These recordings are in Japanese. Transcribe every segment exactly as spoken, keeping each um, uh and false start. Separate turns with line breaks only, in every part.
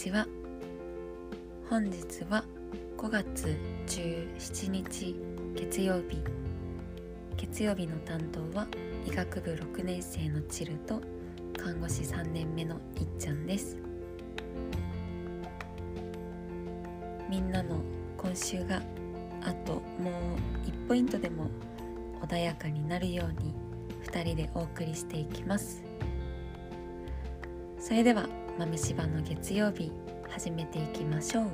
ちは。本日はごがつじゅうしちにち月曜日。月曜日の担当は医学部ろくねん生のチルと看護師さんねんめのいっちゃんです。みんなの今週があともういちポイントでも穏やかになるようにふたりでお送りしていきます。それでは豆柴の月曜日始めていきましょう。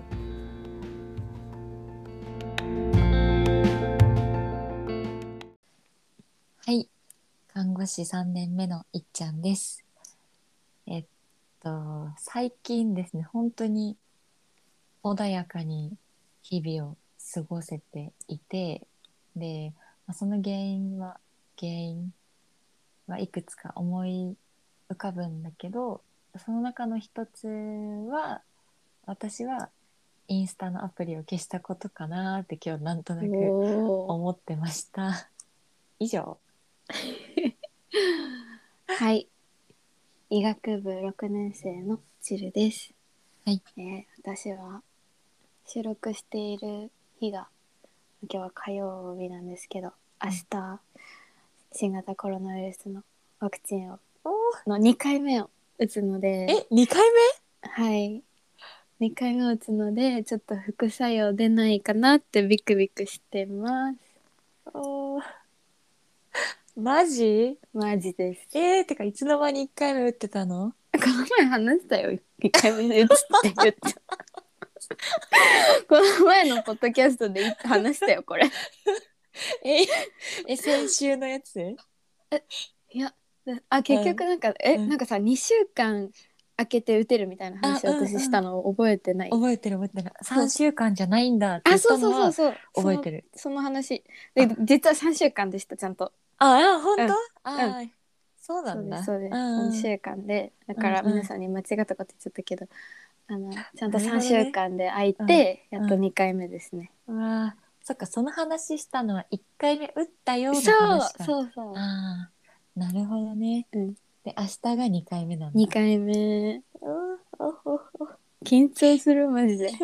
はい、看護師さんねんめのいっちゃんです。えっと最近ですね、本当に穏やかに日々を過ごせていて、で、まあ、その原因は原因はいくつか思い浮かぶんだけど、その中の一つは私はインスタのアプリを消したことかなって今日なんとなく思ってました。以上。
はい、医学部ろくねん生のチルです。
はい、
えー私は収録している日が今日は火曜日なんですけど、明日新型コロナウイルスのワクチンをのにかいめを打つので、
え、にかい
はいにかいめを打つのでちょっと副作用出ないかなってビクビクしてます。
め？おー、マジ？
マジです。
えー、てかいつの間にいっかいめ打ってたの？
この前話したよ、いっかいめで打つって言ったこの前のポッドキャストで話したよこれ。
ええ先週のやつ？
いや、あ、結局なんか、え、
うん
なんかさ、にしゅうかん空けて打てるみたいな話
あうんうん
私したのを覚えてない。
覚えてる覚えてる。
そう
さんしゅうかんじゃないんだって言
あ、そう
ったのは
そうそうそう。
覚えてる。
その、その話。で、実はさんしゅうかんでした、ちゃんと。
ああ、本当？
うん。うん。
ああ、そうな
そうです、
んだ。
そうです。3
うんうん
週間で、だから
うんうん。
皆さんに間違ったこと言っちゃったけど、あの、ちゃんと
なるほ
3週
どね。
間で空い
うん
て、やっとにかいめですね。
うん。うわあ、そっか、その話したのはいっかいめ打ったような
そう、
話か。
そうそう。
ああ、なるほどね。
うん。
で、明日がにかいめなん
2
だ。
回目。
うんおほほ
緊張する、マジで。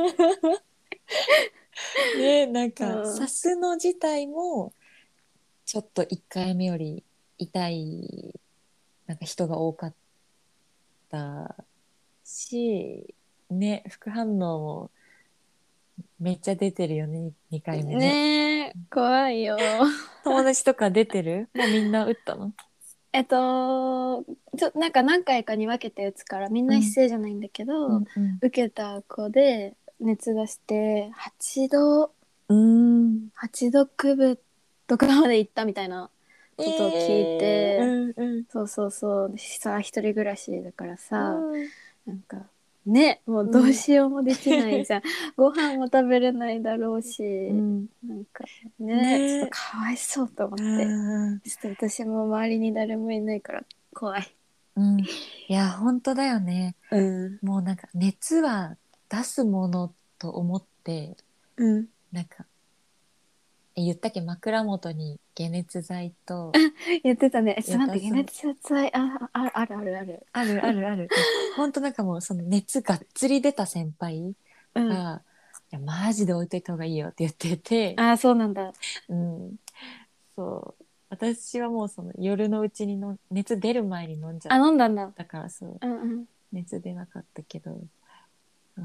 ね、なん
う
か、
ん。
さすの自体も、ちょっといっかいめより痛い、なんか人が多かったし、ね、副反応もめっちゃ出てるよね、にかいめね。
ねえ、怖いよ。
友達とか出てる？もうみんな打ったの？
えっと、ちょ、なんか何回かに分けて打つから、みんな一
うん
斉じゃないんだけ
う
ど、
んうん
受けた子で熱出してはちど、
うーん
はちどくぶとかまで行ったみたいなことを聞い
えー、
て、
うんうん
そうそうそう、さ、一人暮らしだからさ、
うん
なんか、ね、もうどうしようもできないじゃん。ご飯も食べれないだろうし、
うん
なんかね、ちょっと
ね
かわいそうと思
う
って。
ん
ちょっと私も周りに誰もいないから怖い。
うんいや本当だよね。
うん。
もうなんか熱は出すものと思って
うん。
なんかえ言ったっけ、枕元に解熱剤と
言ってたね。ちょっと待って、解
よたす
熱剤、あ、あ、あるあるある。
あるあるある。で、ほんとなんかもうその熱がっつり出た先輩
うん。
が、いや、マジで置いといた方がいいよって言ってて、
あ、そうなんだ。
うん、そう。私はもうその夜のうちにの熱出る前に飲んじゃっ
あ、飲んだんだ。
たからそう、
うんうん。
熱出なかったけど、うん、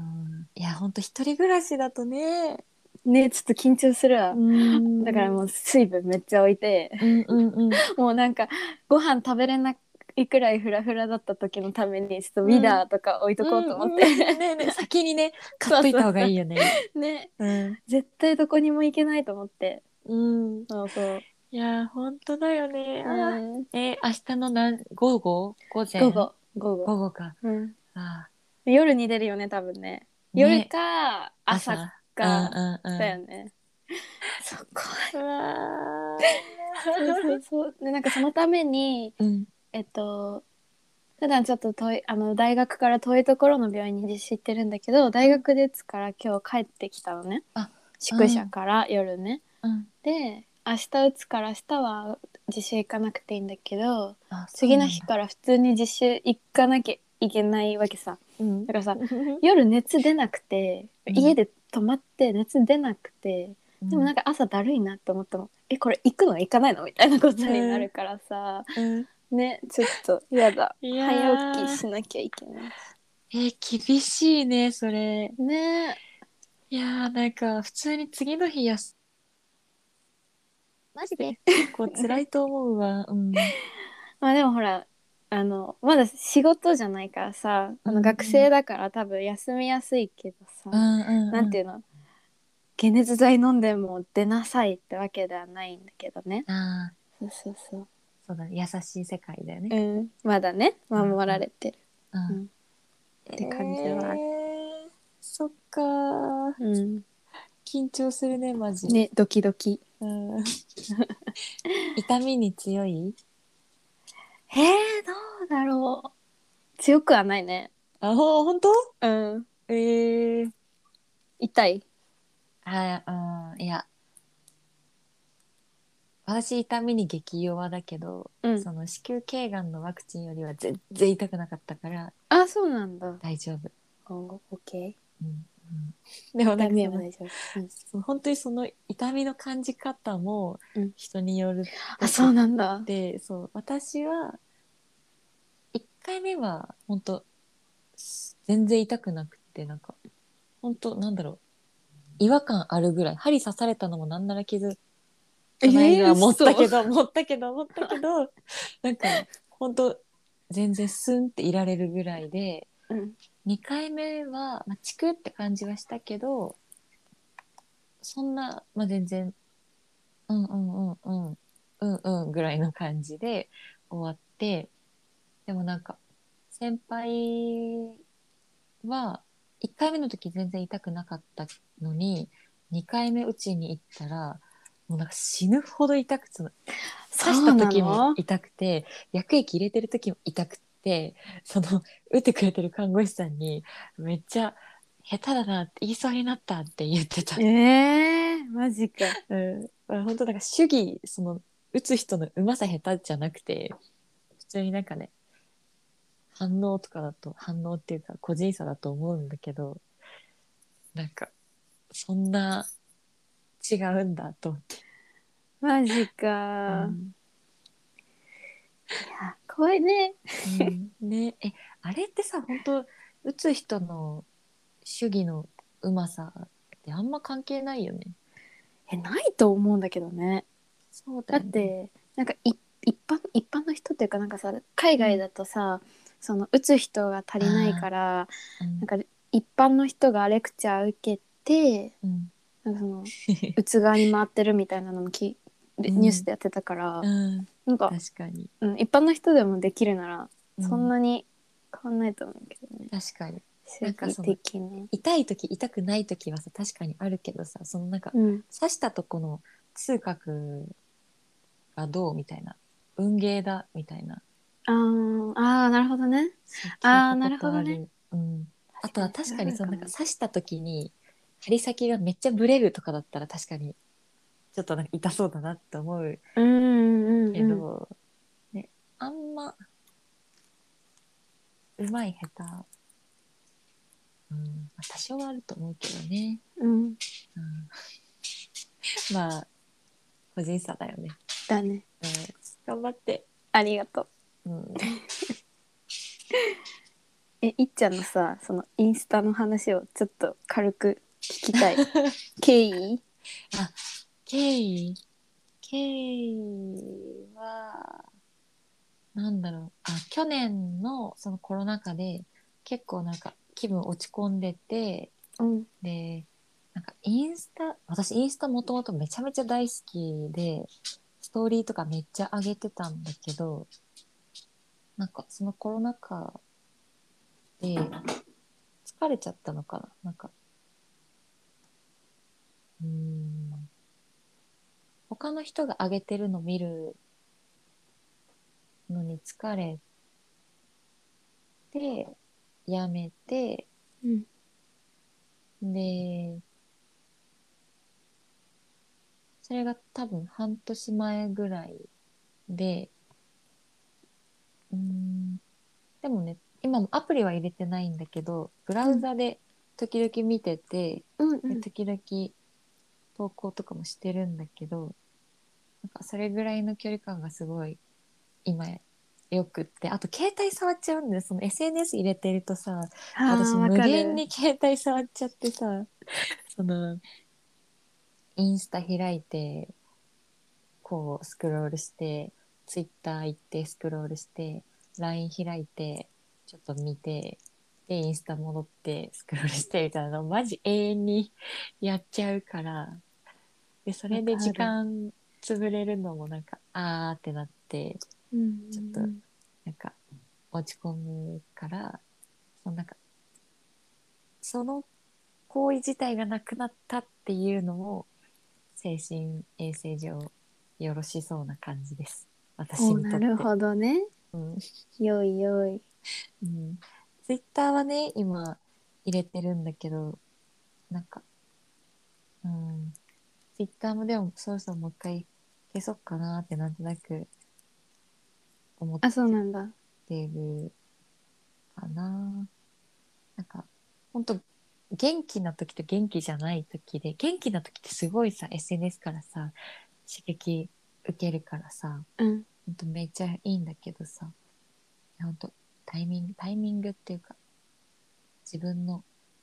いや、ほんと一人暮らしだとね、
ね、ちょっと緊張する
う
わ。だから
ん、
もう水分めっちゃ置いて、
うんうんうん。
もうなんかご飯食べれないくらいフラフラだった時のためにちょっとウィ
うん
ダーとか置いとこうと思って。
うんうんねえねえ先にね買っ
そうそう
といた方がいいよね。
そう。ね、
うん
絶対どこにも行けないと思って。
うん
そうそ
いやー、本当だよね。
う。
あ
うん。
ー、えー明日の何、午後午前
午後、午後。
午後か。
うん。
あ
夜に出るよね、多分ね。
ー、
夜
ね、
か朝
朝。うん
か
うんうん。
だよね。そこ。
うわ
そうそうそう。で、なんかそのために、
ー。うん。
えっと、普段ちょっと遠い、あの、大学から遠いところの病院に実施行ってるんだけど、大
うん。
学で打つから今日帰ってきたのね。
あ、う
宿舎
ん。
から夜ね。
うん。
で、明日打つから明日は実習行かなくていいんだけど、
あ、そう
次の
なんだ。
日から普通に実習行かなきゃいけないわけさ。
うん
だからさ夜熱出なくて、
うん
家で泊まって熱出なくて、
うん
でもなんか朝だるいなって思っても、えこれ行くの行かないのみたいなことになるからさ、
うん
ねちょっとやだ。
いや
早起き
ー
しなきゃいけない
えー厳しいねそれ。
し。ね
いやーなんか普通に次の日休
マジで。
結構辛いと思うわ。うん
まあでもほら、あのまだ仕事じゃないからさ、あの
うん
学生だから多分休みやすいけどさ、
うんうんうん
なんていうの、解熱剤飲んでも出なさいってわけではないんだけどね。
ああ
そうそうそう。
そうだね優しい世界だよね。
うん、まだね守られてる、
うん
うん、って感じはある。
えー、そっかー
うん
緊張するねマジ。
ね、ドキドキ。
うん痛みに強い？
えー、どうだろう。強くはないね。
あほほんと？
うん。
えー、
痛い。
あうんいや私痛みに激弱だけど、
うん。
その子宮頸がんのワクチンよりは全然痛くなかったから
あ、そうなんだ。
大丈夫。
お、オッケ
うんうん、でも
ー。痛
なんかその
みは大丈夫。うん。
そう本当にその痛みの感じ方も
うん。
人によるっ
あ、
ぽくっ
そうなんだ。
て、そう私はいっかいめは本当全然痛くなくて、なんか本当なんだろう違和感あるぐらい、針刺されたのもなんなら傷
え
かないぐらい
ー、
持った
嘘。
けど持ったけど持ったけどなんか本当全然スンっていられるぐらいで、
うん。
にかいめは、まあ、チクって感じはしたけどそんな、まあ、全然うんうんうんうんうんうんぐらいの感じで終わって、でもなんか先輩はいっかいめの時全然痛くなかったのににかいめ打ちに行ったらもうなんか死ぬほど痛くて、その刺し
そうな
た時も
の？
痛くて薬液入れてる時も痛くて、その打ってくれてる看護師さんにめっちゃ下手だなって言いそうになったって言ってた。
えー、マジか。
うん、まあ本当なんか主義その打つ人のうまさ下手じゃなくて普通になんかね反応とかだと反応っていうか個人差だと思うんだけど、なんかそんな違うんだと思って。
マジ
う
か。
ん、
いや、怖いね。
うん、ねえ、あれってさ、本当打つ人の主義のうまさってあんま関係ないよね。
え、ないと思うんだけどね。だっ
そうだよね。
てなんかい一般一般の人っていうか、なんかさ、海
うん。
外だとさ、その打つ人が足りないか
あ
ら、
あ、うん、
なんか一般の人がレクチャー受けて、
うん、
なんかその打つ側に回ってるみたいなのもきニ
うん、
ュースでやってたから、
うん、
なんか、
確かに。
うん、一般の人でもできるならそん
うん、
なに変わんないと思うけどね。
確かに。
主義
なんかその
的な。
痛い時痛くない時はさ確かにあるけどさ、そのなんか
うん。
刺したとこの痛覚がどうみたいな、運ゲーだみたいな、
あーあー、なるほどね。
そう聞い
ああ、な
たこ
るほどね。
とある。うん。あ
確かにそれ
とは確かにそのなんか
はあるかもね。
刺した時に針先がめっちゃブレるとかだったら確かにちょっとなんか痛そうだなって思う
うんうんうんうん。
けど、ね、あんまうまい下手、うん、まあ多少はあると思うけどね。
うん。
うん、まあ個人差だよね。
だね。
うん、頑張って。
ありがとう。
うん、
え、いっちゃんのさ、そのインスタの話をちょっと軽く聞きたい。経緯。
あ、経緯経緯はなんだろう。あ、去年のそのコロナ禍で結構なんか気分落ち込んでて、
うん。
で、なんかインスタ、私インスタもともとめちゃめちゃ大好きで、ストーリーとかめっちゃ上げてたんだけど、なんかそのコロナ禍で疲れちゃったのかな。なんか、うーん、他の人が上げてるの見るのに疲れて、やめて、
うん。
で、それが多分半年前ぐらいで、うーん、でもね、 今もアプリは入れてないんだけど、ブラウザで時々見てて、で
うんうん。
時々投稿とかもしてるんだけど、なんかそれぐらいの距離感がすごい今よくって、あと携帯触っちゃうんだよ。その エスエヌエス 入れてるとさ、
あ
私
あ、わ
無限
かる。
に携帯触っちゃってさ、そのインスタ開いて、こうスクロールして、ツイッター行ってスクロールして、ライン 開いて、ちょっと見て、で、インスタ戻ってスクロールしてみたいなの、マジ永遠にやっちゃうから、で、そ
わ
れで時
かる。
間潰れるのもなんか、あーってなって、
うんう
ちょっと、
ん
なんか、落ち込むから、そのなんか、その行為自体がなくなったっていうのも、精神衛生上よろしそうな感じです。
うん。お
私
ー、なる
にとって。
ほどね。
うん。
よいよい。
うん。ツイッターはね、今入れてるんだけど、なんか、うん。ツイッターもでもそろそろもう一回消そうかなってなんとなく思っ
あ、そうなんだ。
てるかな。なんか、ほんと、元気な時と元気じゃない時で、元気な時ってすごいさ、エスエヌエス からさ、刺激受けるからさ、
うん。
ほんとめっちゃいいんだけどさ、ほんとタイミング、タイミングっていうか、自分の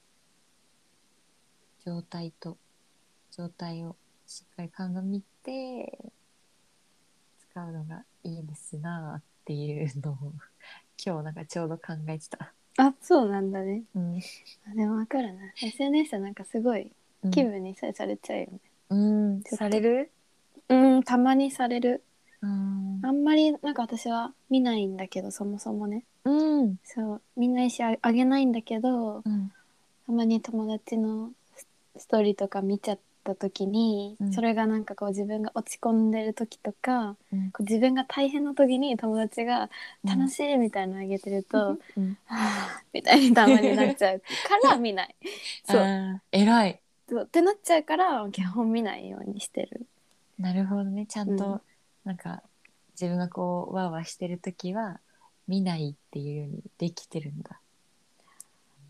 状態と、状態をしっかり鑑みて、使うのがいいですなっていうのを、今日なんかちょうど考えてた。
あ、そうなんだね。
うん。
あ、でもわかるな。エスエヌエス はなんかすごい
うん。
気分にさえされちゃうよね。
うん。
ちょっと。
される。
うん、たまにされる。
うん。
あんまりなんか私は見ないんだけど、そもそもね。
うん。
そう、みんな石ああげないんだけど、
うん。
たまに友達のスストーリーとか見ちゃった時に、
うん。
それがなんかこう自分が落ち込んでる時とか、
うん。
こう自分が大変な時に友達が
うん。
楽しいみたいなのあげてると、
うん。
はぁみたいにたまになっちゃうから見ない。そう。
ああ、偉い。
そうってなっちゃうから基
うん。
本見ないようにしてる。
なるほどね。ちゃん
うん。
と、なんか、自分がこう、わーわーしてるときは、見ないっていうようにできてるんだ。
うん、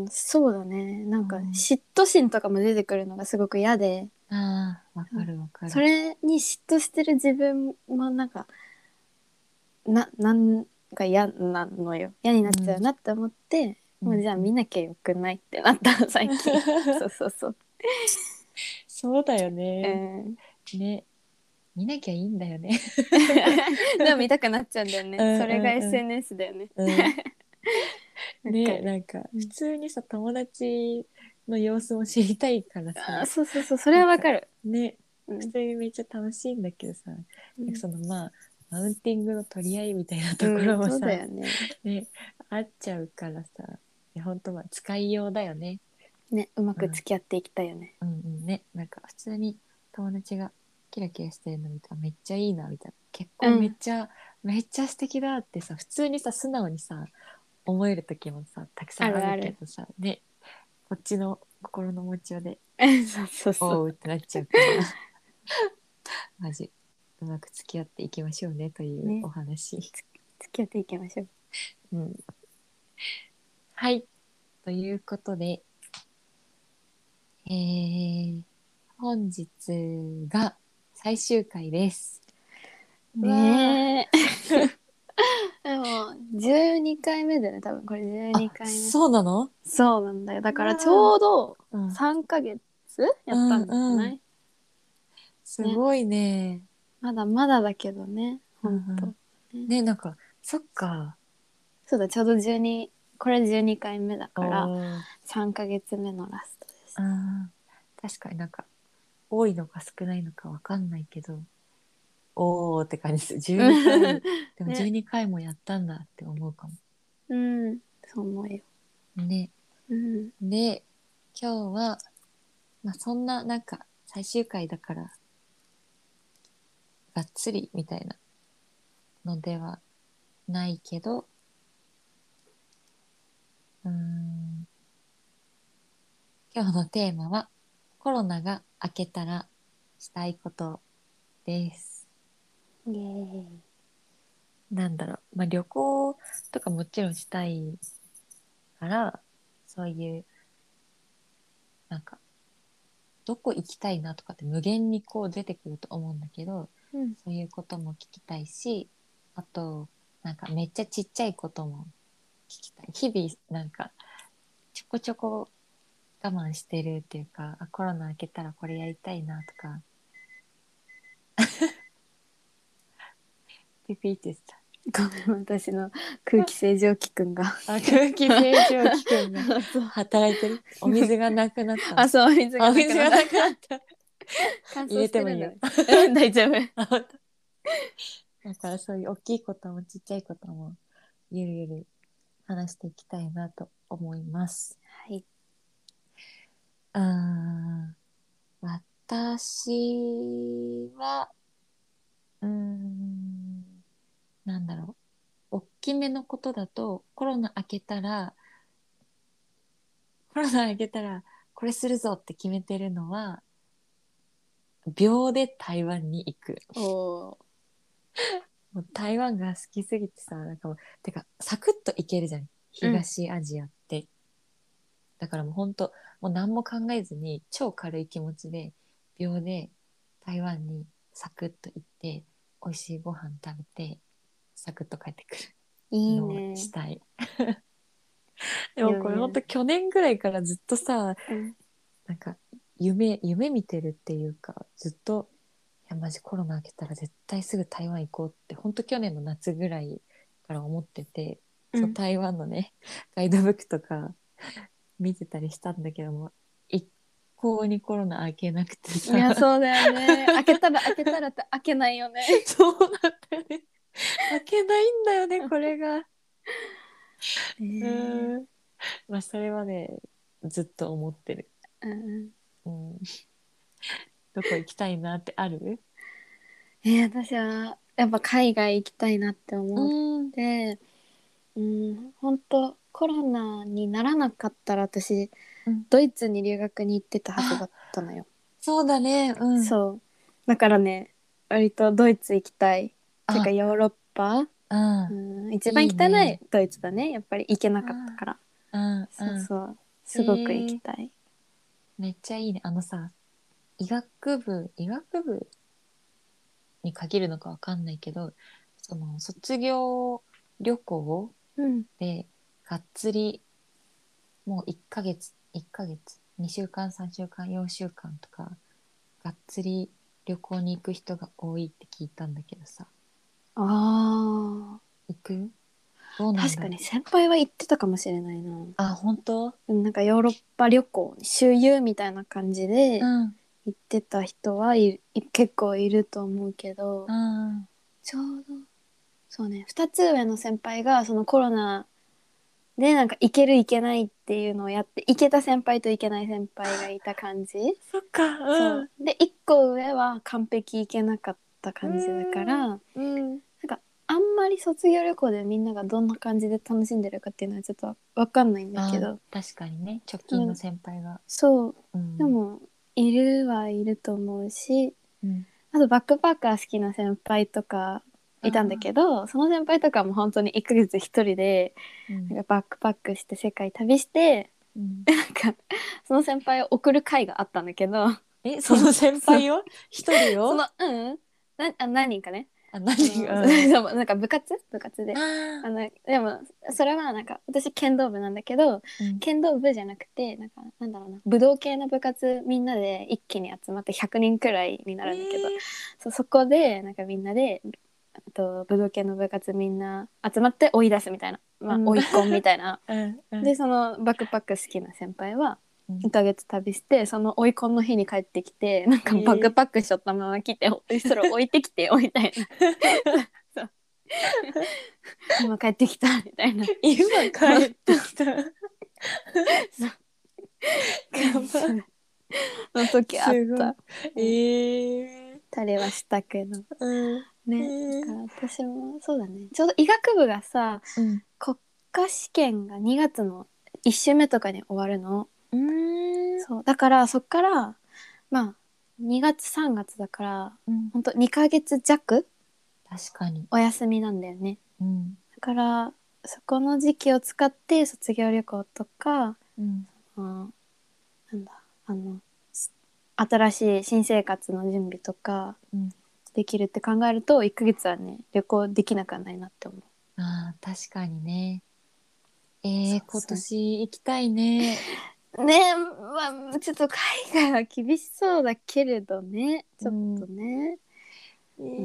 そうだね。なんか
うん。
嫉妬心とかも出てくるのがすごく嫌で、
ああ、わ
うん、
かるわか
そ
る。
れに嫉妬してる自分もなんか、な、なんか嫌なのよ。嫌になっちゃう
うん。
なって思って、もう
うん。うん。
じゃあ見なきゃよくないってなった最近。そうそうそう。
そうだよ
う
ね。
ん。
ね。見なきゃいいんだよね。
でも見たくなっちゃうんだよ
う
ね。それが
んうん
エスエヌエス だよね。
うん。うん。ね、
わかる。
なんか、普
うん、
通にさ、友達の様子も知りたいからさ、
あー、そうそうそう、それ
なんか、
はわかる。
ね、
うん。
普通にめっちゃ楽しいんだけどさ、なんか
うん、
そのまあ、マウンティングの取り合いみたいなとこ
うん、そうだ
ろもさ、
よね。
ね、あっちゃうからさ、いやほんとまあ、使いようだよね。
ね、うまく
うん、
付き合っていきたいよね。
うんうんね、なんか普通に友達がキラキラしてるの見たらめっちゃいいな、みたいな。結婚めっ
うん。
ちゃ、めっちゃ素敵だってさ、普通にさ、素直にさ、思える時もさ、たくさんある
あるある。
けどさ、ね、こっちの心の持ちようで、
そうそうそう。
おうってなっちゃうから、マジ、うまく付き合っていきましょうねという
ね、
お話。
付き合っていきましょう。
うん。はい。ということで、えー、本日が最終回です。わあ。
ねえ。でも、じゅうにかいめだよね、多分。これ12
あ、
回目。
そうなの。
そうなんだよ。だからち
わあ。
ょうど
うん。
さんかげつや
うん
ったんじゃ
うん。
ない？ね。
すごいね。
まだまだだけどね。ほんと。
うんうん。
ね。
ね、なんか、そっか。
そうだ、ちょうどじゅうに、これじゅうにかいめだ
お
から
ー。
さんかげつめのラストです。
あー、確かになんか、多いのか少ないのかわかんないけど、おーって感じです。じゅうにかい、でも12
ね。
回もやったんだって思うかも。
うん。そう思うよ。
ね。
うん。
で、今日は、まあそんな、なんか、最終回だから、がっつりみたいなのではないけど、うーん、今日のテーマは、コロナが明けたらしたいことです。
イエーイ。
なんだろう、まあ、旅行とかもちろんしたいから、そういうなんかどこ行きたいなとかって無限にこう出てくると思うんだけど、
うん
そういうことも聞きたいし、あとなんかめっちゃちっちゃいことも聞きたい。日々なんかちょこちょこ我慢してるっていうか、あ、コロナ明けたらこれやりたいなとか、ピピってさ、
ごめん、私の空気清浄機くんが
あ、空気清浄機くんが
そう
働いてる。お水がなくなったの。
あ、そう、水
あ、お
がなくなった。
水がなくなった。
乾
入
燥してるんだね。
れてもいいよ。
うん、大丈夫。
あ、本当。だからそういう大きいこともちっちゃいこともゆるゆる話していきたいなと思います。
はい。
うーん、私は、うーん、なんだろう。大きめのことだと、コロナ明けたら、コロナ明けたら、これするぞって決めてるのは、秒で台湾に行く。
おー。
もう台湾が好きすぎてさ、なんかもう、てか、サクッと行けるじゃん。東アジアって。だからもうほんと、もう何も考えずに、超軽い気持ちで、秒で台湾にサクッと行って、美味しいご飯食べて、サクッと帰ってくるのを
いいね。
したい。でもこれほん
余裕。
と去年ぐらいからずっとさ、
うん。
なんか夢、夢見てるっていうか、ずっと、いやマジコロナ明けたら絶対すぐ台湾行こうって、ほんと去年の夏ぐらいから思ってて、そう、
うん。
台湾のね、ガイドブックとか見てたりしたんだけども、一向にコロナ明けなくてさ、
いや、そうだよね。開けたら開けたらって開けないよね。
そうなんだよね。明けないんだよね、これが。う
ね
ーん。まあ、それはね、ずっと思ってる。
え。うん。
うん。どこ行きたいなってある？
えー私はやっぱ海外行きたいなって
う
思っ
ん。
て、うん、本当コロナにならなかったら私
うん。
ドイツに留学に行ってたはずだ
あ、
ったのよ。
そうだね。うん。
そう。だからね、割とドイツ行きたい。てか
あ、
ヨーロッパ、
う
う
ん。
ん、一番
い
行きたいのは
いね。
ドイツだね。やっぱり行けなかった
あ
から。
うん、うん。
そうそう。
え
すごく行き
ー、
たい。
めっちゃいいね。あのさ、医学部、医学部に限るのかわかんないけど、その卒業旅行
うん。
でがっつりもういっかげつ、いっかげつ、にしゅうかん、さんしゅうかん、よんしゅうかんとか、がっつり旅行に行く人が多いって聞いたんだけどさ、
ああ。
行く？どうなんだろう。
確かに先輩は行ってたかもしれないな。
あ、本当？
うんなんかヨーロッパ旅行、周遊みたいな感じで
うん、
行ってた人はいい結構いると思うけど、
うん、
ちょうど、そうね、ふたつ上の先輩がそのコロナでなんか行ける行けないっていうのをやって、行けた先輩と行けない先輩がいた感じ。
そっか、うん、
そう。で、いっこ上は完璧行けなかった
う
感じだか
ん、
ら、なん
うん。
かあんまり卒業旅行でみんながどんな感じで楽しんでるかっていうのはちょっとわかんないんだけ
あ、
ど、
確かにね、直近の
うん、
先輩が。
そう。
うん、
でも、いるはいると思うし、
うん。
あとバックパッカー好きな先輩とかいたんだ
あ
けど、その先輩とかも本当にいっかげつ一人で、
ー、うん、
なんかバックパックして世界旅して、
うん。
なんか、その先輩を送る会があったんだけど、
え、
その、
その先
その、
輩を一人を？
その、うん、なあ何人かね、
あ、
あの、
何が、うん。
そうなんか部活部活で。
ああ、
あの、でも、それはなんか、私剣道部なんだけど、
うん。
剣道部じゃなくて、なんか、なんだろうな、武道系の部活みんなで一気に集まってひゃくにんくらいにな
え
るんだけど、
ー、
そ、そこで、なんかみんなで、あと武道系の部活みんな集まって追い出すみたいな、まあ、
うん。
追い込んみたいな。
うん、う
で、
ん、
そのバックパック好きな先輩は、
うん。
いっかげつ旅して、その追い込んの日に帰ってきて、なん
え
かバック
ー、
パックしとったまま来て、それ置いてきてよみたいな。そう今帰ってきたみたいな。
今帰
そう
ってきた。
そう
やば。
の時あっ
すごい。
た。うん、
ええ
たりはしたけど。
ー、うん。え
ね。だから
ー、
私もそうだね。ちょうど医学部がさ、
うん。
国家試験がにがつのいっ週目とかに終わるの。
うーん。
そう。だからそっから、まあ、にがつさんがつだから、
うん。
ほんとにかげつ弱
確かに。
お休みなんだよね。
うん
だからそこの時期を使って卒業旅行とか、
うん
あなんだあのし新しい新生活の準備とか
うん
できるって考えるといっかげつはね旅行できなくはないなって思う。
あー確かにね。えー、今
そうそう
年行きたいね。
ねえ、まあちょっと海外は厳しそうだけれどね、ちょっと
うん
ね。
え
うん、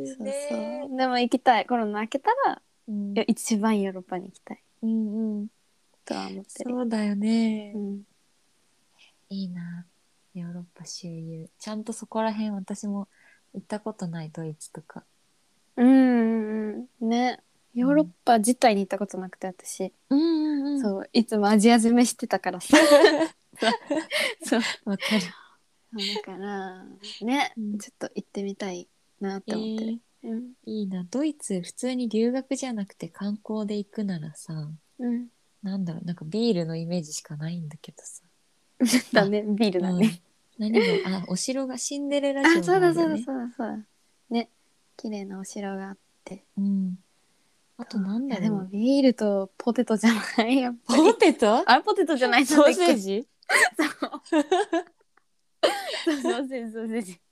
ー、
そうそ
ね
う。でも行きたい。コロナ明けたら、
うん
いや一番ヨーロッパに行きたい
うんうん
とは思ってる。
そうだよね。
うん。
いいな。ヨーロッパ周遊。ちゃんとそこら辺私も行ったことない、ドイツとか。
うんうんうん。ね。ヨーロッパ自体に行ったことなくて私、
うんうんうん。
そういつもアジア攻めしてたからさ。そう
わかる。
だからね、
うん
ちょっと行ってみたいなっ
え
て思ってる。
ー、
うん
いいな。ドイツ普通に留学じゃなくて観光で行くならさ、
うん
なんだろう、なんかビールのイメージしかないんだけどさ。
だね、ビールだね。
うん。何が、あ、お城が、シンデレラ
あ、
城
そうだそうだ
があるよね。
そうだそうだ。ね、綺麗なお城があって。
うん。あとなん
いやで
だろう。
もビールとポテトじゃないやっぱり。
ポテト
あれポテトじゃないなん
ソ
だっけ。
ーセージ
そうそうそうそうそうそう。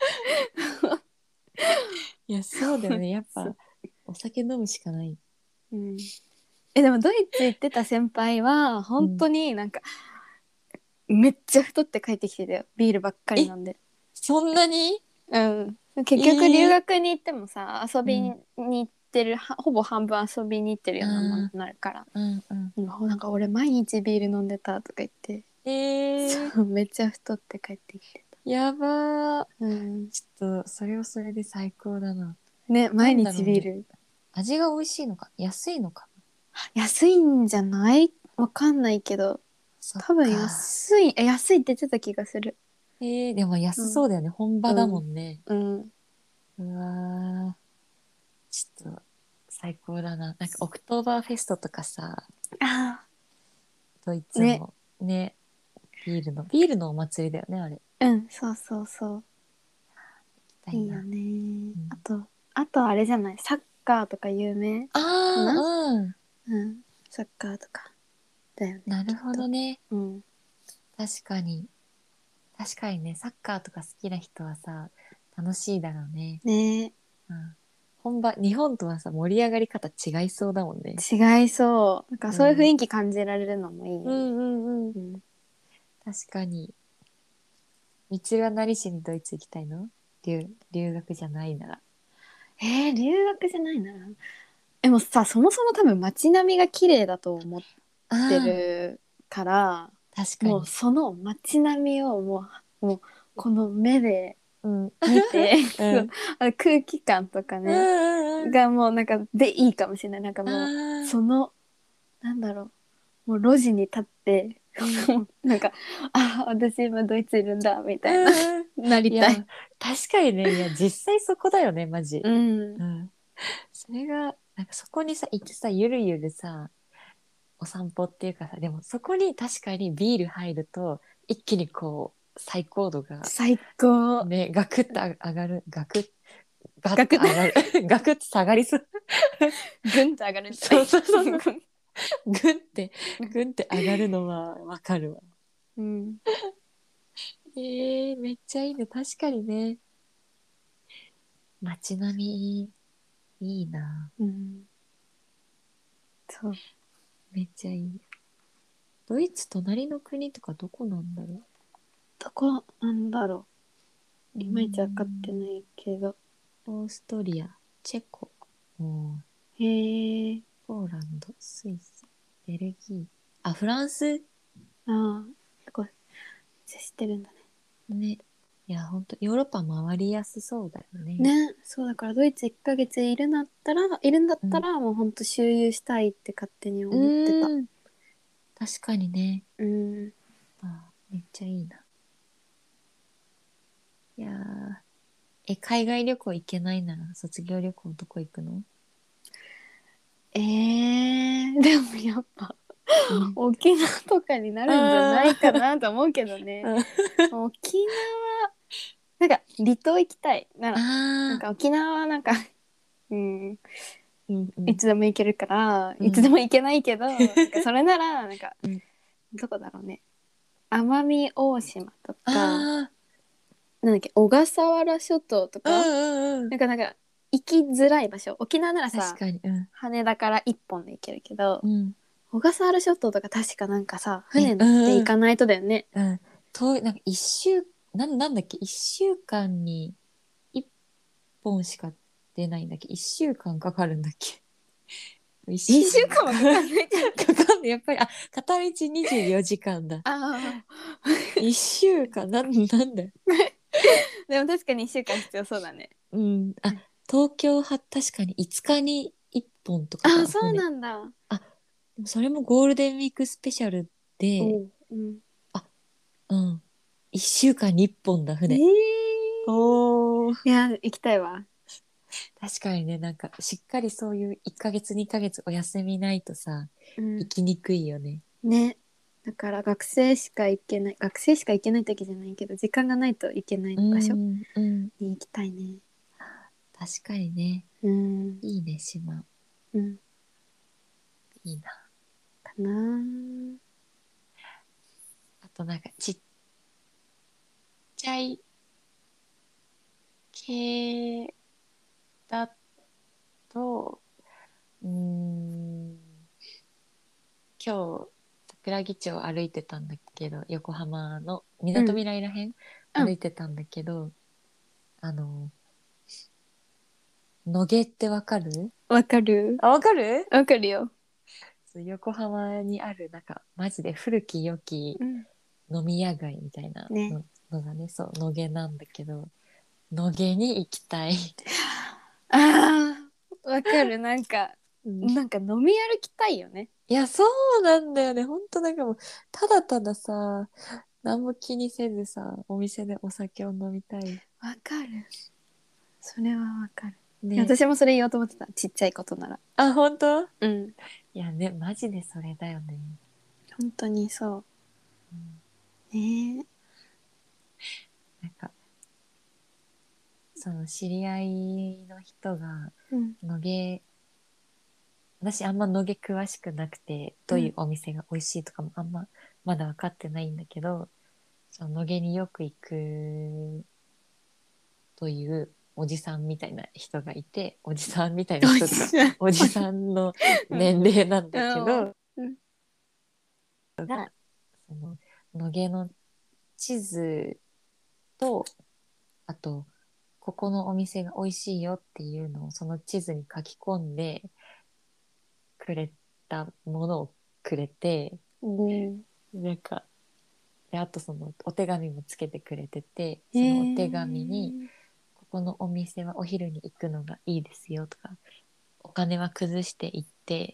いや、そうだよね。やっ
そう
ぱ、お酒飲むしかない。
うん。えでもドイツ行ってた先輩は本当になんか、めっちゃ太って帰ってきてたよ。ビールばっかり
え、
飲んで。
そんなに
うん。結
え
局留
ー、
学に行ってもさ遊びに行ってる、はほぼ半分遊びに行ってるようなものに
あ
なるから。
ーうんうん。
うんなんか俺毎日ビール飲んでたとか言って、
えー、
そうめっちゃ太って帰ってきてた。
やばー。
うん
ちょっと、それはそれで最高だな。
ね、
な
毎
んだろうね。
日ビール。
味が美味しいのか、安いのか。
安いんじゃない？わかんないけど
そっ
多分
か。
安い、え安いって言ってた気がする。
えー、でも安
うん
そうだよね。本場だもんね。
うん
うわー。ちょっと、最高だな。なんか、オクトーバーフェストとかさ、
あ
ドイ
ーね、
ツのね、ビールの、ビールのお祭りだよね、あれ。行
うんそうそうそう
きたいな。
いいよね、
うん
あとあとあれじゃない、サッカーとか有名
あ
かな。
あ、うん。
うんサッカーとかだよね
なる
きっと。
ほどね。
うん
確かに。確かにね、サッカーとか好きな人はさ、楽しいだろうね。
ね
うん。本場、日本とはさ、盛り上がり方違いそうだもんね。
違いそう、なんかそういう雰
うん。
囲気感じられるのもいいよね。
うんうんうん。
うん
確かに。みちるは何しにドイツ行きたいの？留、留学じゃないなら。
えー、留学じゃないな。でもさそもそも多分街並みが綺麗だと思って
あ
るから
あ、確かに。
もうその街並みをもうもうこの目で
うん。
見て
うん。
あの空気感とか
うん
ね
うんうん。
がもうなんかでいいかもしれない。なんかもう
あ
そのなんだろう、もう路地に立って
あ、うん。
もうなんかあ私今ドイツいるんだみたいな
うんうん。
なりたい。
いや、確かにね、いや、実際そこだよね、マジ。
うん
うん。それが、なんかそこにさ、行ってさ、ゆるゆるさ、お散歩っていうかさ、でもそこに確かにビール入ると、一気にこう、最高度が、
最高。
ね、ガクッと上がる、ガクッ、ガッ
ガクッ
と上がる、ガクッと下がりそう。
ぐんと上がるんじゃない？
そうそうそうそう。グンって、グンって上がるのはわかるわ。
うん
えー、めっちゃいいね。確かにね。街並み、いいな。
うんそう
めっちゃいい。ドイツ隣の国とかどこなんだろ
どこなんだろ
う。
う、いまいち分かってないけど。
オーストリア、チェコ、お
へえ。
ポーランド、スイス、ベルギー。あ、フランス
ああすごい知ってるんだ
ね。いや、ほんと、ヨーロッパ回りやすそうだよね。
ね。ね、そうだからドイツいっかげついるんだったらいるんだった
うん。
らもうほんと周遊したいって勝手に
う
思ってた。
ーん。確かにね。
うん
あ、めっちゃいいな。いやー。え、海外旅行行けないなら、卒業旅行どこ行くの？
えー、でもやっぱ
うん。
沖縄とかになるんじゃないかなと思うけどね。
うん
沖縄なんか離島行きたいなら、なん
あ
か沖縄はなんか
うんうん
いつでも行けるから、
うん、
いつでも行けないけど、なんかそれならなんか、
うん、
どこだろうね、奄美大島とか、
あ
なんだっけ、小笠原諸島と
あ、う
か、
んうんうん。
なんかなんか行きづらい場所、沖縄ならさ
確かに、うん。
羽田から一本で行けるけど、
うん。
小笠原諸島とか確かなんかさ
え、
船乗って
うんうん。
行かないとだよね。
うん。遠い、なんか一週、なん、なんだっけ、一週間に一本しか出ないんだっけ、一週間かかるんだっけ。一週
一週間はかか
間
んないじゃん。
かかんない。やっぱり、あ、片道にじゅうよじかんだ。
ああ、
一週間、なん、なんだよ。
でも確かに一週間必要そうだね。
うん。あ、東京は確かにいつかにいっぽんとか
ああ、そう
が船。
なんだ。
あ、でもそれもゴールデンウィークスペシャルで、
おう、うん。
あ、うん。一週間にいっぽんだ、
え
船。
え
おー。
いや、行きたいわ。
確かにね、なんか、しっかりそういういっかげつ、にかげつお休みないとさ、
うん。
行きにくいよね。
ね。だから学生しか行けない、学生しか行けない時じゃないけど、時間がないと行けない
う
場所
ん、うん。
に行きたいね。
確かにね。
うん。
いいね、島。
うん。
いいな。
かなー。
あとなんか、ちっちゃい系だと、うーん、今日、桜木町歩いてたんだけど、横浜のみなと
うん。
みらいらへん歩
うん。
いてたんだけど、あの、野毛ってわかる？
わかる。
あ、わかる？
わかるよ。
そう横浜にある、なんか、マジで古き良き
うん。
飲み屋街みたいな
ね。
ののがね、そう、野毛なんだけど、野毛に行きたい。
ああ、わかる。なんか、
うん、
なんか飲み歩きたいよね。
いや、そうなんだよね。ほんとなんかもう、ただたださ、何も気にせずさ、お店でお酒を飲みたい。
わかる。それはわかる。
ね。
私もそれ言おうと思ってた。ちっちゃいことなら。
あ、本当？
うん。
いやね、マジでそれだよね。
本当にそ
うん、
う。ね
なんか、その知り合いの人が、
え。うん。
野毛、私あんま野毛詳しくなくて、どういう
うん。
お店が美味しいとかもあんままだ分かってないんだけど、その野毛によく行くというおじさんみたいな人がいて、おじさんみたいな
お
人とか、
じさん。
おじさんの
うん。
年齢なんだけ
うん。
ど、
うん。
が、その野毛の地図と、あと、ここのお店が美味しいよっていうのをその地図に書き込んでくれたものをくれて、
うん。
なんか、で、あとそのお手紙もつけてくれてて、
へ
そのお手紙に、
え。
ここのお店はお昼に行くのがいいですよとか、お金は崩していって、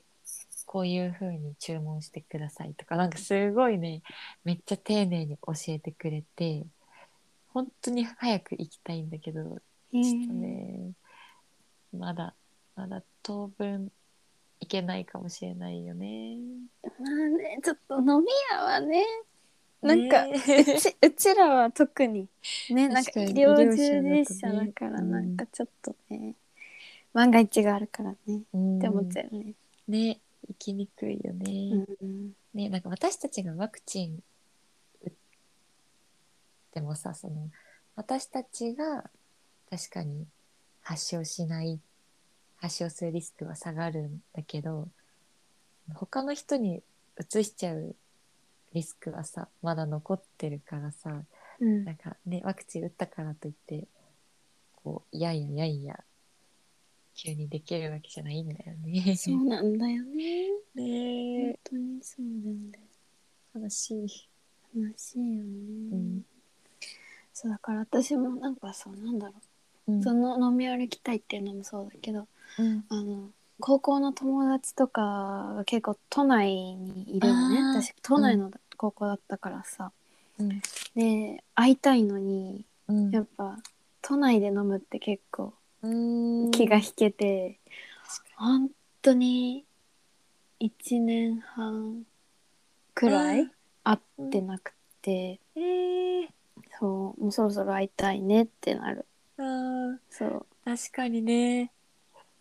こういう風に注文してくださいとか、なんかすごいね、めっちゃ丁寧に教えてくれて、本当に早く行きたいんだけど、
へ
ちょっと
え。
ね、まだ、まだ当分行けないかもしれないよね。
まあね、ちょっと飲み屋はね、なんか、
ね
う
え。
ち、うちらは特に、ね、なんか
確かに医
医療
療者だ
従事
とね。
者だからなん
うん。
かちょっとね、万が一があるからね、っ
う
て思っ
ん。
ちゃうよね。
ね、行きにくいよ
う
ね。
ん。
ね、なんか私たちがワクチン打ってもさ、その、私たちが確かに発症しない、発症するリスクは下がるんだけど、他の人に移しちゃうリスクはさ、まだ残ってるからさ、
うん。
なんかね、ワクチン打ったからといって、こう、いやいやいやいや、急にできるわけじゃないんだよね。
そうなんだよね。本
ねえ、
当にそうなんだよ。
悲しい。
悲しいよ
うん。
ね。そうだから私もなんかさ、なんだろう。
うん。
その飲み歩きたいっていうのもそうだけど、
うん。
あの、高校の友達とかが結構都内にいるのね。
ああ、
私都
うん。
内の高校だったからさ。
うん。
で、会いたいのに、
うん。
やっぱ都内で飲むって結構
うーん。
気が引けて、
確か
本当にいちねんはんく
に。
らい
あ
会っ
あ、うん。
てなくて、
ええ
そう、もうそろそろ会いたいねってなる。
ー、ああ、
そう。
確かにね。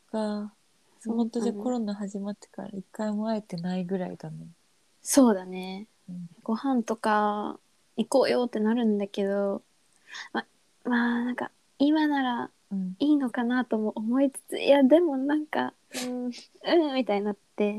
か。
そう
ほんとじゃ
あの
コロナ始まってから一回も会えてないぐらいだね。
そうだね。
うん
ご飯とか行こうよってなるんだけど、ま、まあなんか今なら
うん
いいのかなとも思いつつ、いやでもなんか
うん
うんみたいになって、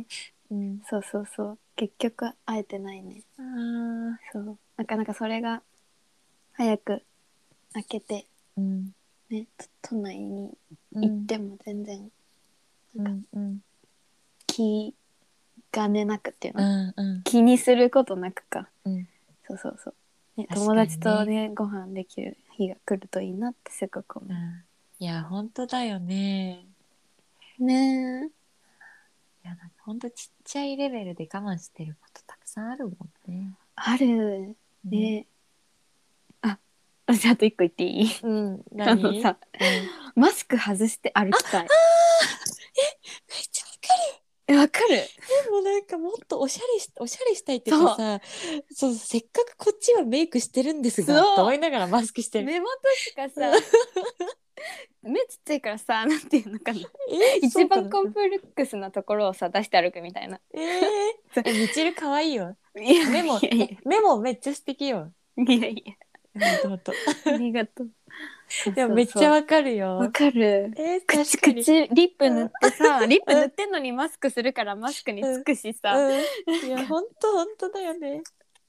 うん
そうそうそう結局会えてないね。
あー
そうなかなかそれが早く開けて
うん
ね、都内に
うん
行っても全然
う
なんか
んうん
気兼ねなくっていう
う
の、
んうん
気にすることなくか、
うん
そうそうそう、ね、
確
友達
かにね。
とねご飯できる日が来るといいなってすごく思
うんいやほんとだよね。
うね。
いやなんかほんとちっちゃいレベルで我慢してることたくさんあるもんね。
ある
ね
ね。あ、私あと一個言っていい？
うん
あの
何
さ、
うん。
マスク外して歩きたい。
めっちゃわかる。
え、わかる？
でもなんかもっとおしゃれしおしゃれしたいっていう
そう
かさ、そうせっかくこっちはメイクしてるんですがと
そう
思いながらマスクしてる。
目元しかさ目ちっちゃいからさ、なんていうのかな、
えー、そ
一
うかな。
番コンプレックスなところをさ出して歩くみたいな。
えー、えみちる可愛いよ。
いや
目も
いやいや
え目もめっちゃ素敵よ。
いやいや、
ほんとほんと。
ありがとう。そう
でも
そうそう。
めっちゃわかる
わ
よ。
かる。
えー、
口
確かに。
口リップ塗ってさ、リップ
うん
塗ってんのにマスクするからマスクに
うん
つくしさ、
うん。いやほんとほんとだよね。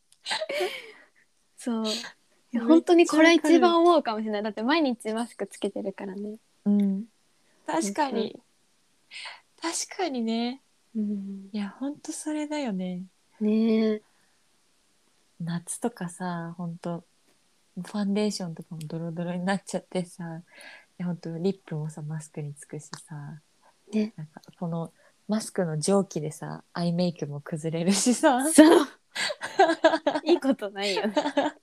そう。いや
めっ
本当に
ちゃ
これ一
わかる。
番思うかもしれない。だって毎日マスクつけてるからね。
うん。確か
そうそう。
に。確かにね。
うん
いやほんとそれだよね。
ねえ。
夏とかさ、ほんとファンデーションとかもドロドロになっちゃってさ、いやほんとリップもさマスクにつくしさ、
ね。
なんかこのマスクの蒸気でさアイメイクも崩れるしさ。
そう。いいことないよね。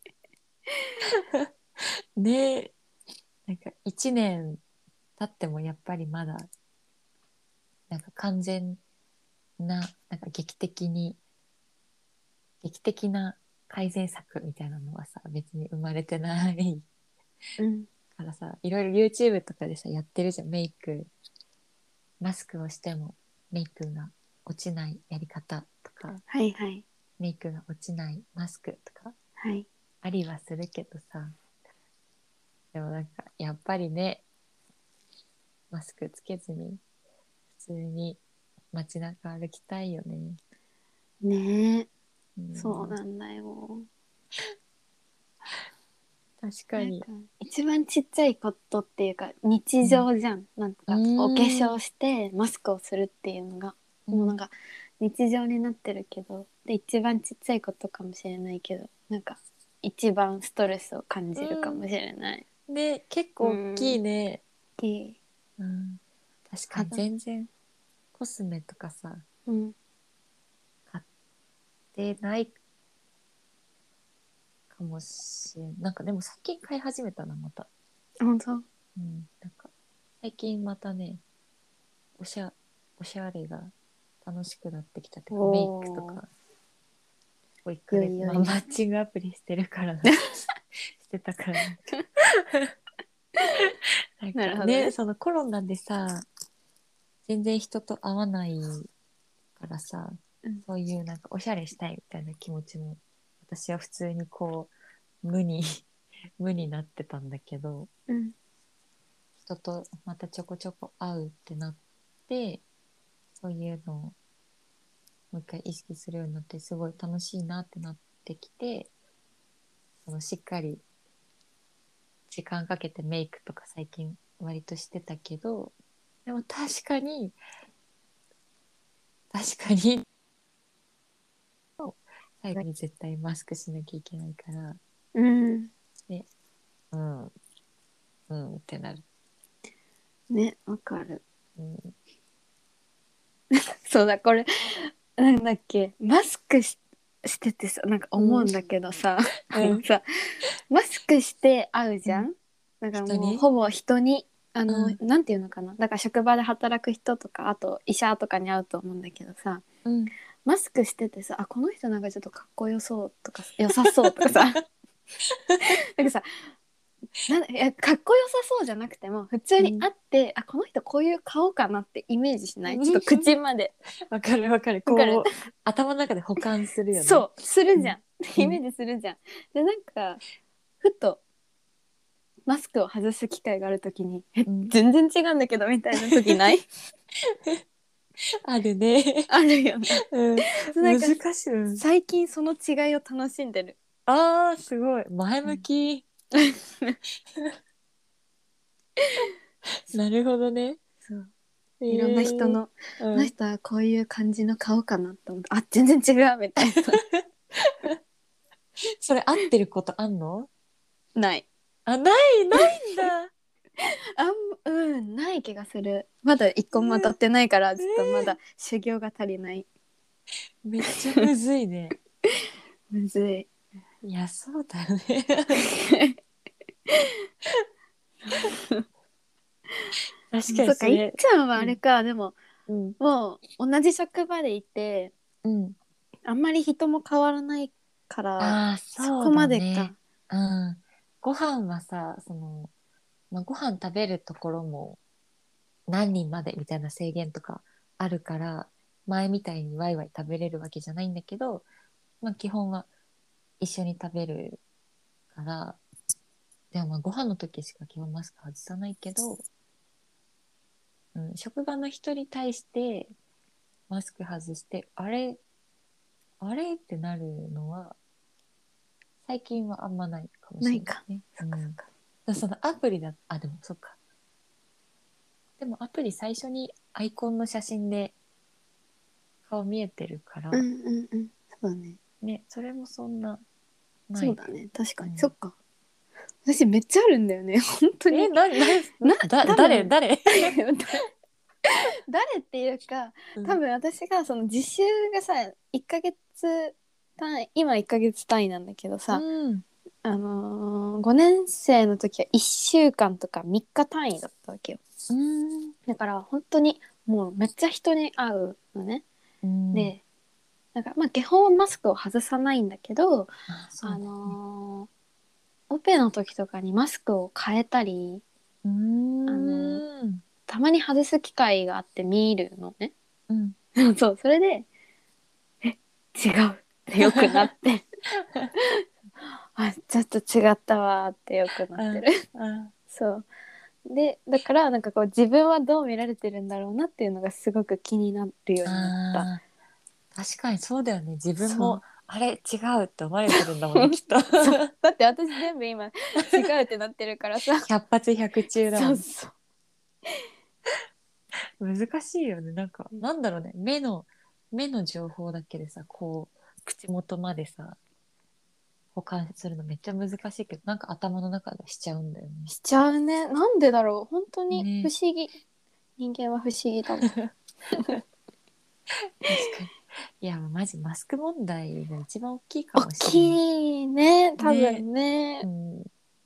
ねえ、なんかいちねん経ってもやっぱりまだなんか完全な、なんか劇的に劇的な改善策みたいなのはさ別に生まれてない
うん。
からさ、いろいろ YouTube とかでさやってるじゃん。メイクマスクをしてもメイクが落ちないやり方とか、
はいはい
メイクが落ちないマスクとか
はい。
ありはするけどさ、でもなんかやっぱりね、マスクつけずに普通に街中歩きたいよね。
ねえ。
うん、
そうなんだよ。
確かに。
なんか一番ちっちゃいことっていうか日常じゃん、なんかお化粧してマスクをするっていうのが、
うん
もうなんか日常になってるけど、で一番ちっちゃいことかもしれないけど、なんか一番ストレスを感じるかもしれない。
ね、結構大きいね。
で、
うん、確かに
肌、
全然コスメとかさ
うん、
買ってないかもしれん。なんかでも最近買い始めたなまた。
本当？
うん、なんか最近またね、おしゃおしゃれが楽しくなってきたっていうか、メイクとかこう一回、
よいよい
まあ、マッチングアプリしてるからなしてたからなんかなんか
なるほどね。
ね、そのコロナでさ全然人と会わないからさ、
うん
そういうなんかおしゃれしたいみたいな気持ちも私は普通にこう無に無になってたんだけど、
うん
人とまたちょこちょこ会うってなって、そういうのをもう一回意識するようになってすごい楽しいなってなってきて、そのしっかり時間かけてメイクとか最近割としてたけど、でも確かに確かに最後に絶対マスクしなきゃいけないから、
うん
ね、うんうんってなる。
ね、わかる。
うん、
そうだ、これなんだっけ、マスクし、しててさ、なんか思うんだけどさ、
うん
あのさ、マスクして会うじゃん、
うん、
だから
人に、
もうほぼ人に、あの、
うん
なんていうのかな、だから職場で働く人とか、あと医者とかに会うと思うんだけどさ、
うん、
マスクしててさ、あ、この人なんかちょっとかっこよそうとか良さそうとかさなんかさ、 なんいやかっこよさそうじゃなくても普通に会って、あこの人こういう顔かなってイメージしない？ちょっと口まで
わかるわかる。
わかる
こう頭の中で保管するよね。
そうするじゃん、
うん
イメージするじゃん。でなんかふとマスクを外す機会があるときにえ、
うん、
全然違うんだけどみたいな時ない？
あるね。
あるよね。
うん、
なんか
難しい。うん、
最近その違いを楽しんでる。
あーすごい前向き。なるほどね。
そう
え
いろんな人
ー、
の、この
うん。
人はこういう感じの顔かなと思ってあ全然違うみたいな。
それ合ってることあんの？
ない。
あ、ないないんだ。
あんうんない気がする。まだ一個も当たってないからちょっとまだ修行が足りない。
めっちゃむずいね。
むずい。
いや、そうだよね。確かに
そっかいっ
それ。
ちゃんは
うん。
あれか、でも
うん。
もう同じ職場でいて
うん。
あんまり人も変わらないから
ああ、そう
そこま
だね。
でか。
うん。ご飯はさ、その、まあ、ご飯食べるところも何人までみたいな制限とかあるから、前みたいにワイワイ食べれるわけじゃないんだけど、まあ基本は一緒に食べるから、でもまあご飯の時しか基本マスク外さないけど、うん、職場の人に対してマスク外して、あれ、あれってなるのは、最近はあんまないかもし
ないか。
れないね。
そっかそっ
うん。
か。
だそのアプリだ、あ、でもそっか。でもアプリ最初にアイコンの写真で顔見えてるから、
うんうんうん。そうだね。
ね、それもそんなな
そう
い。
だね。確かに。そ
うん、
っか。私めっちゃあるんだよね。本当
え、
に。
な、な、
な、
だ、
多分
誰誰？
誰っていうか、
うん。
多分私がその実習がさ、いっかげつ単位、今いっかげつ単位なんだけどさ、
うん。
あのー、ごねん生の時はいっしゅうかんとかみっか単位だったわけよ。
うん。
だから本当にもうめっちゃ人に会うのね。
うん。
で、なんかまあ基本はマスクを外さないんだけど、
あ、そう
あ
だよね。
のーオペの時とかにマスクを変えたり、
うー
あのー
ん。
たまに外す機会があって見るのね。
うん。
そうそれで違うってよくなってあちょっと違ったわーってよくなって
あ、
る。
あ、
そうでだからなんかこう自分はどう見られてるんだろうなっていうのがすごく気になるようになった。
あー、確かにそうだよね。自分も、
そう
あれ、違うって思われてるんだもんね、きっと。
そうだって私全部今違うってなってるからさ。
百発百中だもん。
そうそう
難しいよね。なんか、なんだろうね。目の、目の情報だけでさ、こう、口元までさ、保管するのめっちゃ難しいけど、なんか頭の中でしちゃうんだよね。
しちゃうね。なんでだろう本当に不
ね。
思議。人間は不思議だもん。
確かに。いや、マジマスク問題が一番大きいか
大
もしれん。
きいね多
ね。
分ね。
うん。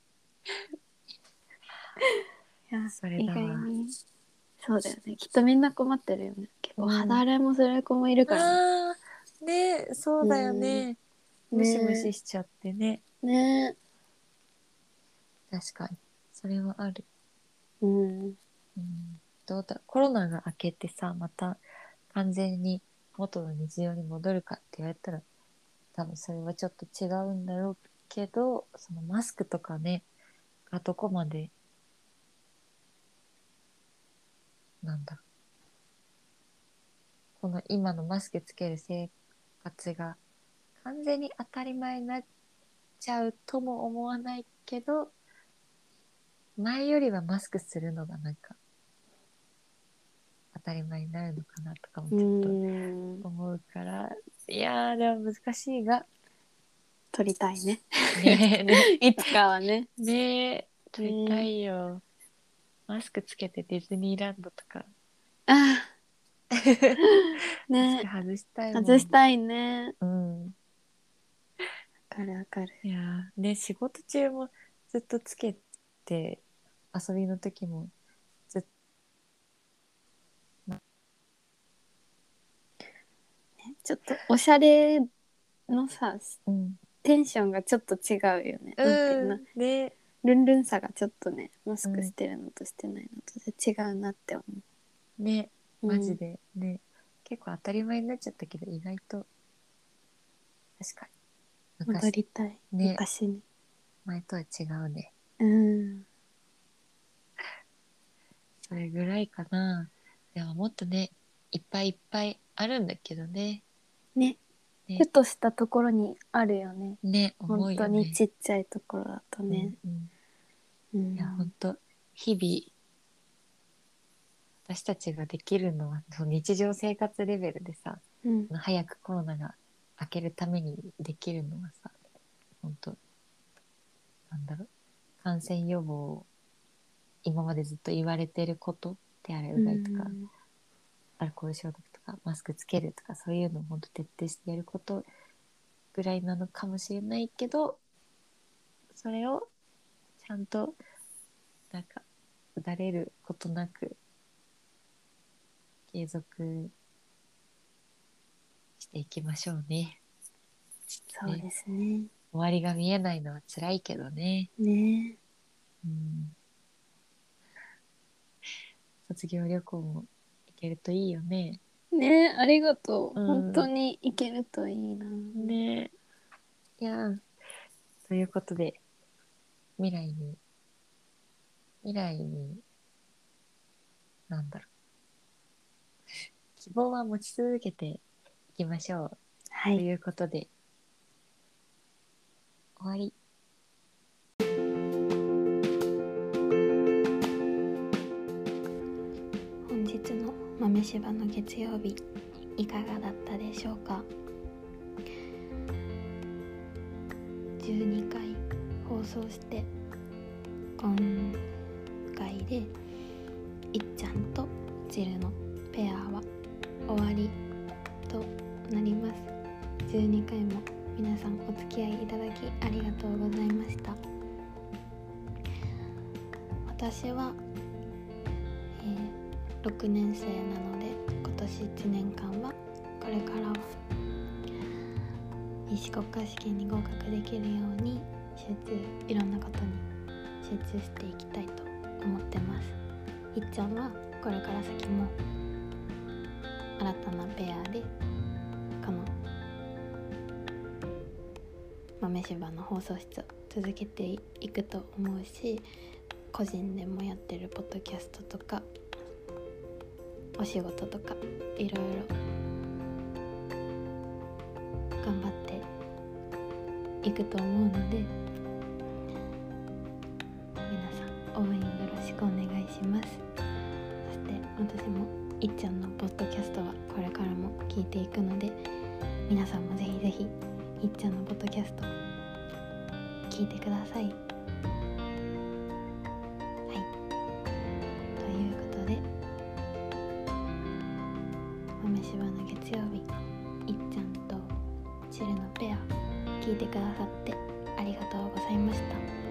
いや
それ
意
だわ。
外にそうだよねきっとみんな困ってるよね。結構肌
うん。
荒れもする子もいるからね。
ああ、ね、そうだよ
うん
ね。ムシムシ
ね
しちゃってね。
ね
確かに。それはある。
うん
うん、どうだ、コロナが明けてさ、また完全に元の日常に戻るかって言われたら、多分それはちょっと違うんだろうけど、そのマスクとかね、がどこまで、なんだろう、この今のマスクつける生活が完全に当たり前になっちゃうとも思わないけど、前よりはマスクするのがなんか当たり前になるのかなとかも
う
ちょっと
ん
思うから、いやーでも難しいが、
撮りたいね。
ねえね、
いつかはね。
ねえ、撮りた
ね
いよ。マスクつけてディズニーランドとか。
あ
マスク
ね
外したいもん。
外したいね。
うん。
わかるわかる。
いやー、ね、仕事中もずっとつけて、遊びの時もずっ
ちょっとおしゃれのさ
と、うん。
テンションがちょっと違うよね。なんていうの
うん、ね、
ルンルンさがちょっとねマスクしてるのとしてないのとで違うなって思う。
ね、
うん
マジでね、結構当たり前になっちゃったけど意外と確かに
戻
昔
りたい、
ね、
昔に。
前とは違うね。
うん
それぐらいかな。でももっとね、いっぱいいっぱいあるんだけどね。
ね、
ね
ふとしたところにあるよね。
ね、思
本当
うよね。
にちっちゃいところだとね。
うん
う
うん、いや、ほん
ん、
と、日々、私たちができるのは、その日常生活レベルでさ、
うん
早くコロナが明けるためにできるのはさ、ほんと、なんだろう、感染予防、今までずっと言われてること、手洗いうがいとか、
ん
アルコール消毒とか、マスクつけるとか、そういうのをほんと徹底してやることぐらいなのかもしれないけど、それをちゃんと、なんか、打たれることなく、継続していきましょうね。
そうですね。
終わりが見えないのは辛いけどね。
ね
うん、卒業旅行も行けるといいよね。
ね、ありがとう。
うん
本当に行けるといいな。
ねいやーということで、未来に、未来に、なんだろう。希望は持ち続けていきましょう。
はい。
ということで、終わり。
本日の豆柴の月曜日いかがだったでしょうか。じゅうにかい放送して今回でいっちゃんとジルのペアは終わりとなります。じゅうにかいも皆さんお付き合いいただきありがとうございました。私は、えー、ろくねん生なので今年いちねんかんはこれからは医師国家試験に合格できるように集中いろんなことに集中していきたいと思ってます。いっちゃんはこれから先も新たなペアでこの豆柴の放送室を続けていくと思うし、個人でもやってるポッドキャストとかお仕事とかいろいろ頑張っていくと思うので、皆さん応援よろしくお願いします。そして私もいっちゃんのポッドキャストはこれからも聞いていくので、皆さんもぜひぜひいっちゃんのポッドキャスト聞いてください。はい、ということで豆柴の月曜日いっちゃんとチルのペア聞いてくださってありがとうございました。